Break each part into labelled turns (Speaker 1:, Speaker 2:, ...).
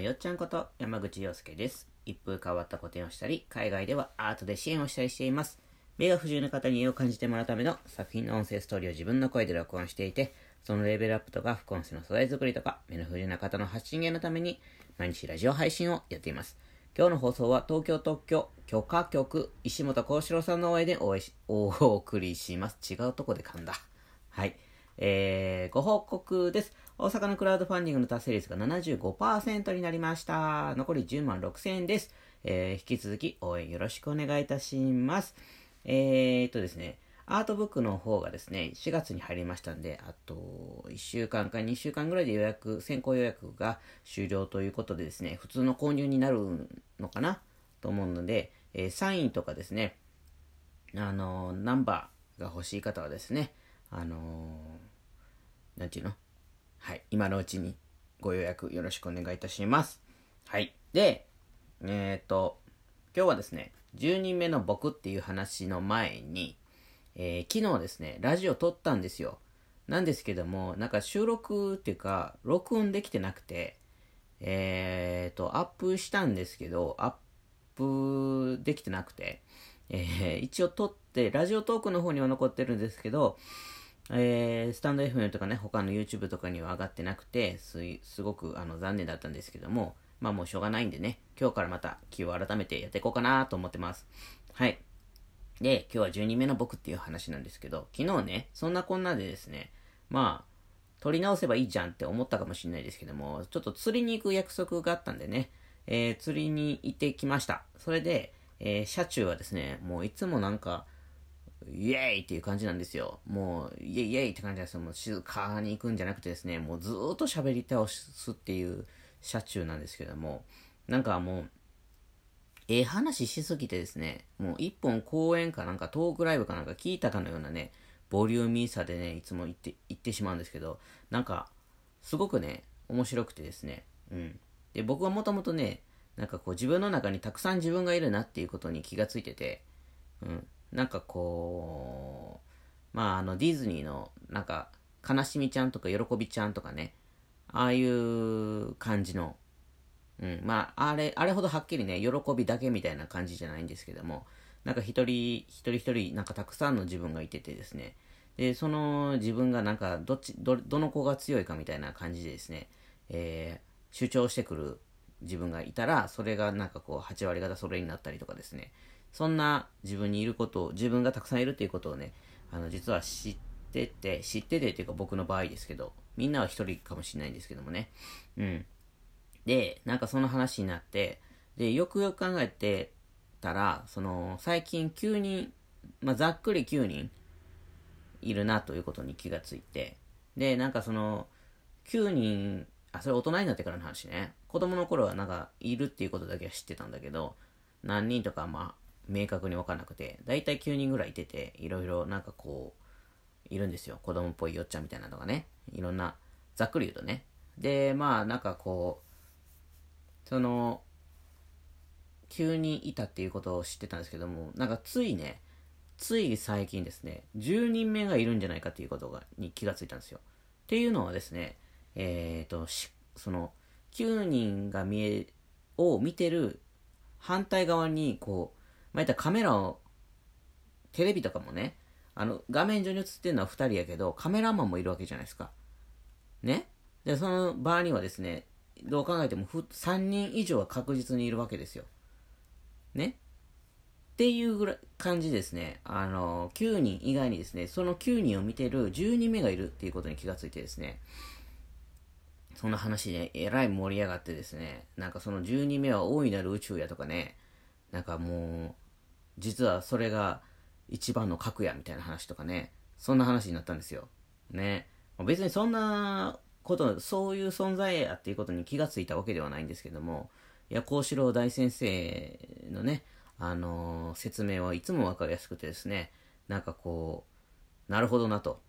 Speaker 1: よっちゃんこと山口洋介です。一風変わった個展をしたり、海外ではアートで支援をしたりしています。目が不自由な方に絵を感じてもらうための作品の音声ストーリーを自分の声で録音していて、そのレベルアップとか副音声の素材作りとか、目の不自由な方の発信源のために毎日ラジオ配信をやっています。今日の放送は東京特許許可局石本幸四郎さんの応援でお送りします。違うとこで噛んだ。はい。ご報告です。大阪のクラウドファンディングの達成率が 75% になりました。残り10万6000円です。引き続き応援よろしくお願いいたします。ですね、アートブックの方がですね、4月に入りましたんで、あと1週間か2週間ぐらいで先行予約が終了ということでですね、普通の購入になるのかなと思うので、サインとかですね、ナンバーが欲しい方はですね、なんていうの？はい、今のうちにご予約よろしくお願いいたします。はい。で、今日はですね、10人目の僕っていう話の前に、昨日ですね、ラジオ撮ったんですよ。なんですけども、なんか収録っていうか、録音できてなくて、アップしたんですけど、アップできてなくて、一応撮って、ラジオトークの方には残ってるんですけど、スタンド FM とかね、他の YouTube とかには上がってなくて、すごく残念だったんですけども、まあもうしょうがないんでね、今日からまた気を改めてやっていこうかなと思ってます。はい。で、今日は12人目の僕っていう話なんですけど、昨日ね、そんなこんなでですね、まあ、撮り直せばいいじゃんって思ったかもしれないですけども、ちょっと釣りに行く約束があったんでね、釣りに行ってきました。それで、車中はですね、もういつもなんか、イエーイっていう感じなんですよ。もう、イエイイエイって感じなんですよ。もう静かに行くんじゃなくてですね、もうずーっと喋り倒すっていう車中なんですけども、なんかもう、話しすぎてですね、もう一本公演かなんかトークライブかなんか聞いたかのようなね、ボリューミーさでね、いつも言ってしまうんですけど、なんか、すごくね、面白くてですね、うん。で、僕はもともとね、なんかこう自分の中にたくさん自分がいるなっていうことに気がついてて、うん。なんかこう、まあディズニーの、なんか、悲しみちゃんとか喜びちゃんとかね、ああいう感じの、うん、まあ、あれほどはっきりね、喜びだけみたいな感じじゃないんですけども、なんか一人、なんかたくさんの自分がいててですね、で、その自分がなんか、どの子が強いかみたいな感じでですね、主張してくる自分がいたら、それがなんかこう、8割方それになったりとかですね、そんな自分にいることを、自分がたくさんいるっていうことをね、実は知っててっていうか僕の場合ですけど、みんなは一人かもしれないんですけどもね、うん。で、なんかその話になって、で、よくよく考えてたら、最近9人、まあ、ざっくり9人いるなということに気がついて、で、なんか9人、それ大人になってからの話ね。子供の頃はなんか、いるっていうことだけは知ってたんだけど、何人とかまあ、明確に分からなくて、だいたい9人ぐらいいてて、いろいろなんかこう、いるんですよ。子供っぽいよっちゃんみたいなのがね。いろんな、ざっくり言うとね。で、まあ、なんかこう、急にいたっていうことを知ってたんですけども、なんかつい最近ですね、10人目がいるんじゃないかっていうことに気がついたんですよ。っていうのはですね、その、9人を見てる反対側に、こう、まあ、カメラを、テレビとかもね、画面上に映ってるのは2人やけど、カメラマンもいるわけじゃないですか。ね。で、その場合にはですね、どう考えても3人以上は確実にいるわけですよ。ね。っていう感じですね。9人以外にですね、その9人を見てる10人目がいるっていうことに気がついてですね、その話でえらい盛り上がってですね、なんかその10人目は大いなる宇宙やとかね、なんかもう、実はそれが一番の核やみたいな話とかね、そんな話になったんですよ。ね。別にそんなこと、そういう存在やっていうことに気がついたわけではないんですけども、いや、幸四郎大先生のね、説明はいつもわかりやすくてですね、なんかこう、なるほどなと、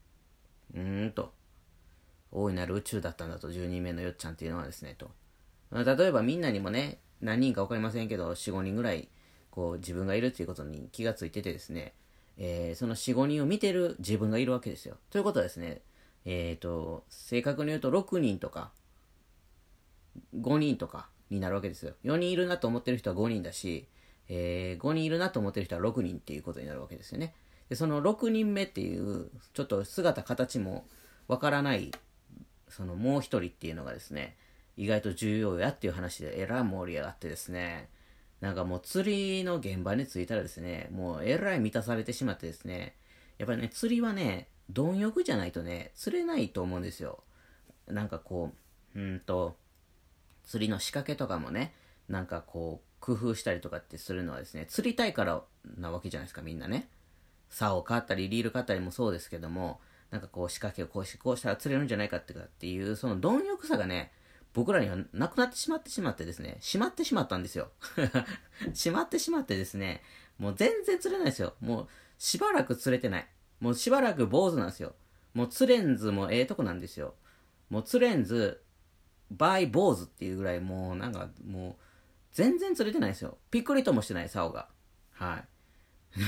Speaker 1: 大いなる宇宙だったんだと、10人目のよっちゃんっていうのはですね、と。例えばみんなにもね、何人かわかりませんけど、4、5人ぐらい、こう、自分がいるっていうことに気がついててですね、その4、5人を見てる自分がいるわけですよ。ということはですね、正確に言うと6人とか、5人とか、 になるわけですよ。4人いるなと思ってる人は5人だし、5人いるなと思ってる人は6人っていうことになるわけですよね。で、その6人目っていう、ちょっと姿形もわからない、そのもう一人っていうのがですね、意外と重要やっていう話でえらい盛り上がってですね、なんかもう釣りの現場に着いたらですね、もうえらい満たされてしまってですね、やっぱりね、釣りはね、貪欲じゃないとね、釣れないと思うんですよ。なんかこう、釣りの仕掛けとかもね、なんかこう、工夫したりとかってするのはですね、釣りたいからなわけじゃないですか、みんなね。竿を買ったり、リール買ったりもそうですけども、なんかこう仕掛けをこうしたら釣れるんじゃないかっていう、その貪欲さがね、僕らにはなくなってしまってですね、しまってしまったんですよ。しまってしまってですね、もう全然釣れないですよ。もうしばらく釣れてない。もうしばらく坊主なんですよ。もう釣れんずもええとこなんですよ。もう釣れんず、バイ坊主っていうぐらいもうなんかもう全然釣れてないですよ。ピックリともしてない、竿が。はい。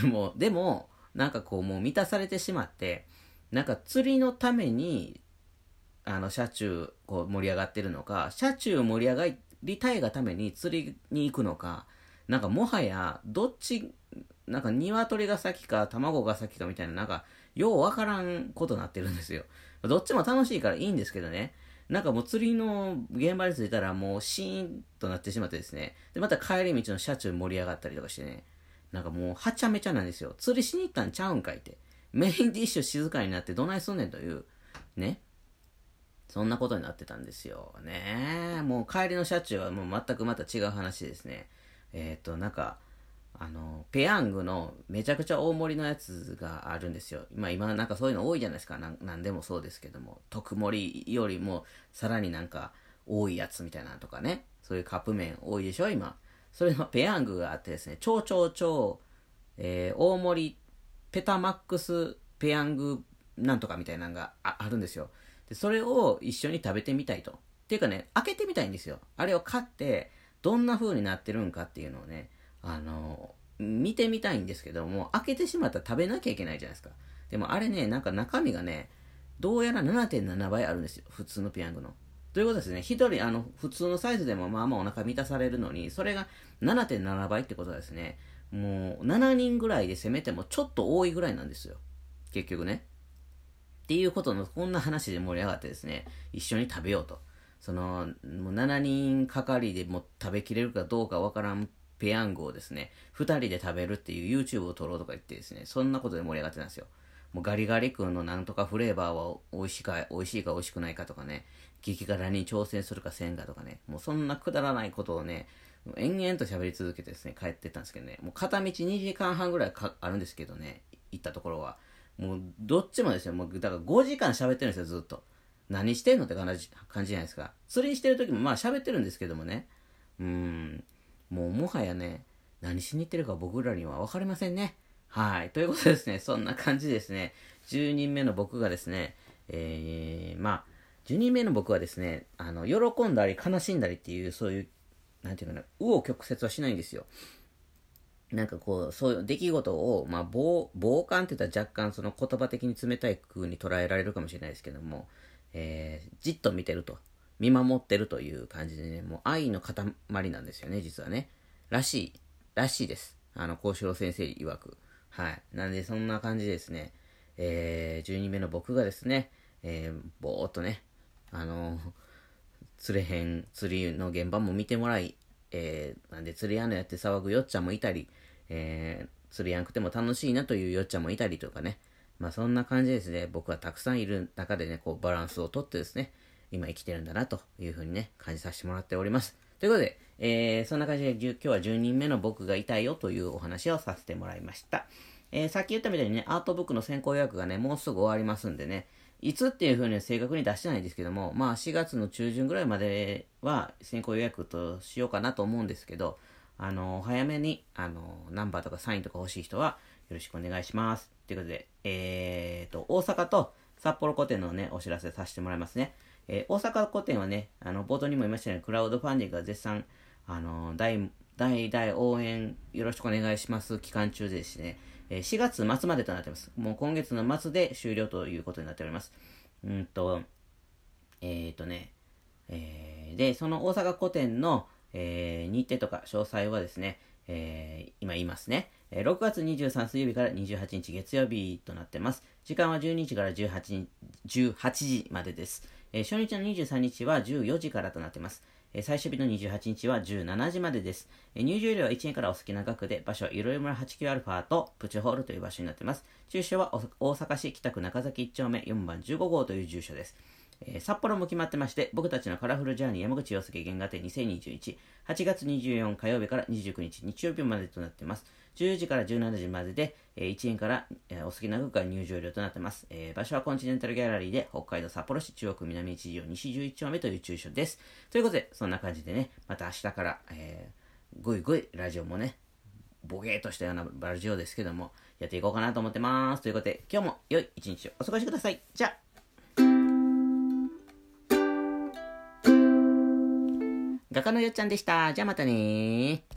Speaker 1: でも、なんかこうもう満たされてしまって、なんか釣りのために車中こう盛り上がってるのか、車中盛り上がりたいがために釣りに行くのか、なんかもはやどっち、なんか鶏が先か卵が先かみたいな、なんかようわからんことになってるんですよ。どっちも楽しいからいいんですけどね。なんかもう釣りの現場に着いたらもうシーンとなってしまってですね。で、また帰り道の車中盛り上がったりとかしてね。なんかもうはちゃめちゃなんですよ。釣りしに行ったんちゃうんかいって。メインディッシュ静かになってどないすんねんという、ね。そんなことになってたんですよね。もう帰りの車中はもう全くまた違う話ですね。なんか、ペヤングのめちゃくちゃ大盛りのやつがあるんですよ。今なんかそういうの多いじゃないですか。なんでもそうですけども。特盛りよりもさらになんか多いやつみたいなのとかね。そういうカップ麺多いでしょ、今。それのペヤングがあってですね、超、大盛りペタマックスペヤングなんとかみたいなのがあるんですよ。で、それを一緒に食べてみたいと。っていうかね、開けてみたいんですよ。あれを買って、どんな風になってるんかっていうのをね、見てみたいんですけども、開けてしまったら食べなきゃいけないじゃないですか。でもあれね、なんか中身がね、どうやら 7.7 倍あるんですよ。普通のペヤングの。ということですね、一人、普通のサイズでもまあまあお腹満たされるのに、それが 7.7 倍ってことはですね、もう7人ぐらいで攻めてもちょっと多いぐらいなんですよ。結局ね。っていうことの、こんな話で盛り上がってですね、一緒に食べようと。もう7人かかりでも食べきれるかどうかわからんペヤングをですね、2人で食べるっていう YouTube を撮ろうとか言ってですね、そんなことで盛り上がってたんですよ。もうガリガリ君のなんとかフレーバーは美味しいか美味しくないかとかね、激辛に挑戦するかせんかとかね、もうそんなくだらないことをね、延々と喋り続けてですね、帰ってったんですけどね、もう片道2時間半ぐらいあるんですけどね、行ったところは。もうどっちもですよ、もうだから5時間喋ってるんですよ、ずっと。何してんのって感じじゃないですか。釣りしてる時もまあ喋ってるんですけどもね。もうもはやね、何しに行ってるか僕らには分かりませんね。はい。ということでですね、そんな感じですね。10人目の僕がですね、10人目の僕はですね、喜んだり悲しんだりっていう、そういう、なんていうかな、紆余曲折はしないんですよ。なんかこう、そういう出来事を、まあ、傍観って言ったら若干その言葉的に冷たい風に捉えられるかもしれないですけども、じっと見てると、見守ってるという感じでね、もう愛の塊なんですよね、実はね。らしいです。幸四郎先生曰く。はい。なんで、そんな感じですね。12人目の僕がですね、ぼーっとね、釣りの現場も見てもらい、なんで釣り屋のやって騒ぐよっちゃんもいたり、釣りやんくても楽しいなというよっちゃんもいたりとかね。まあそんな感じですね。僕はたくさんいる中でね、こうバランスをとってですね、今生きてるんだなというふうにね、感じさせてもらっております。ということで、そんな感じで今日は10人目の僕がいたよというお話をさせてもらいました。さっき言ったみたいにね、アートブックの先行予約がね、もうすぐ終わりますんでね、いつっていう風には正確に出してないんですけども、まあ4月の中旬ぐらいまでは先行予約としようかなと思うんですけど、早めに、ナンバーとかサインとか欲しい人はよろしくお願いします。ということで、大阪と札幌個展のね、お知らせさせてもらいますね。大阪個展はね、冒頭にも言いましたように、クラウドファンディングが絶賛、大応援よろしくお願いします期間中でですね、4月末までとなっています。もう今月の末で終了ということになっております。で、その大阪個展の、 日程とか詳細はですね、今言いますね。6月23水曜日から28日月曜日となってます。時間は12時から18時までです。初日の23日は14時からとなっています。最終日の28日は17時までです。入場料は1円からお好きな額で、場所はいろいろ村 89α とプチホールという場所になっています。住所は大阪市北区中崎1丁目4番15号という住所です。札幌も決まってまして、僕たちのカラフルジャーニー山口洋介原画展2021、8月24火曜日から29日日曜日までとなっています。10時から17時までで、1円から、お好きな額が入場料となっています。場所はコンチネンタルギャラリーで、北海道札幌市中央区南一条西11丁目という住所です。ということで、そんな感じでね、また明日から、ぐいぐいラジオもね、ボケーとしたようなラジオですけども、やっていこうかなと思ってます。ということで、今日も良い一日をお過ごしください。じゃあ、画家のよっちゃんでした。じゃあまたねー。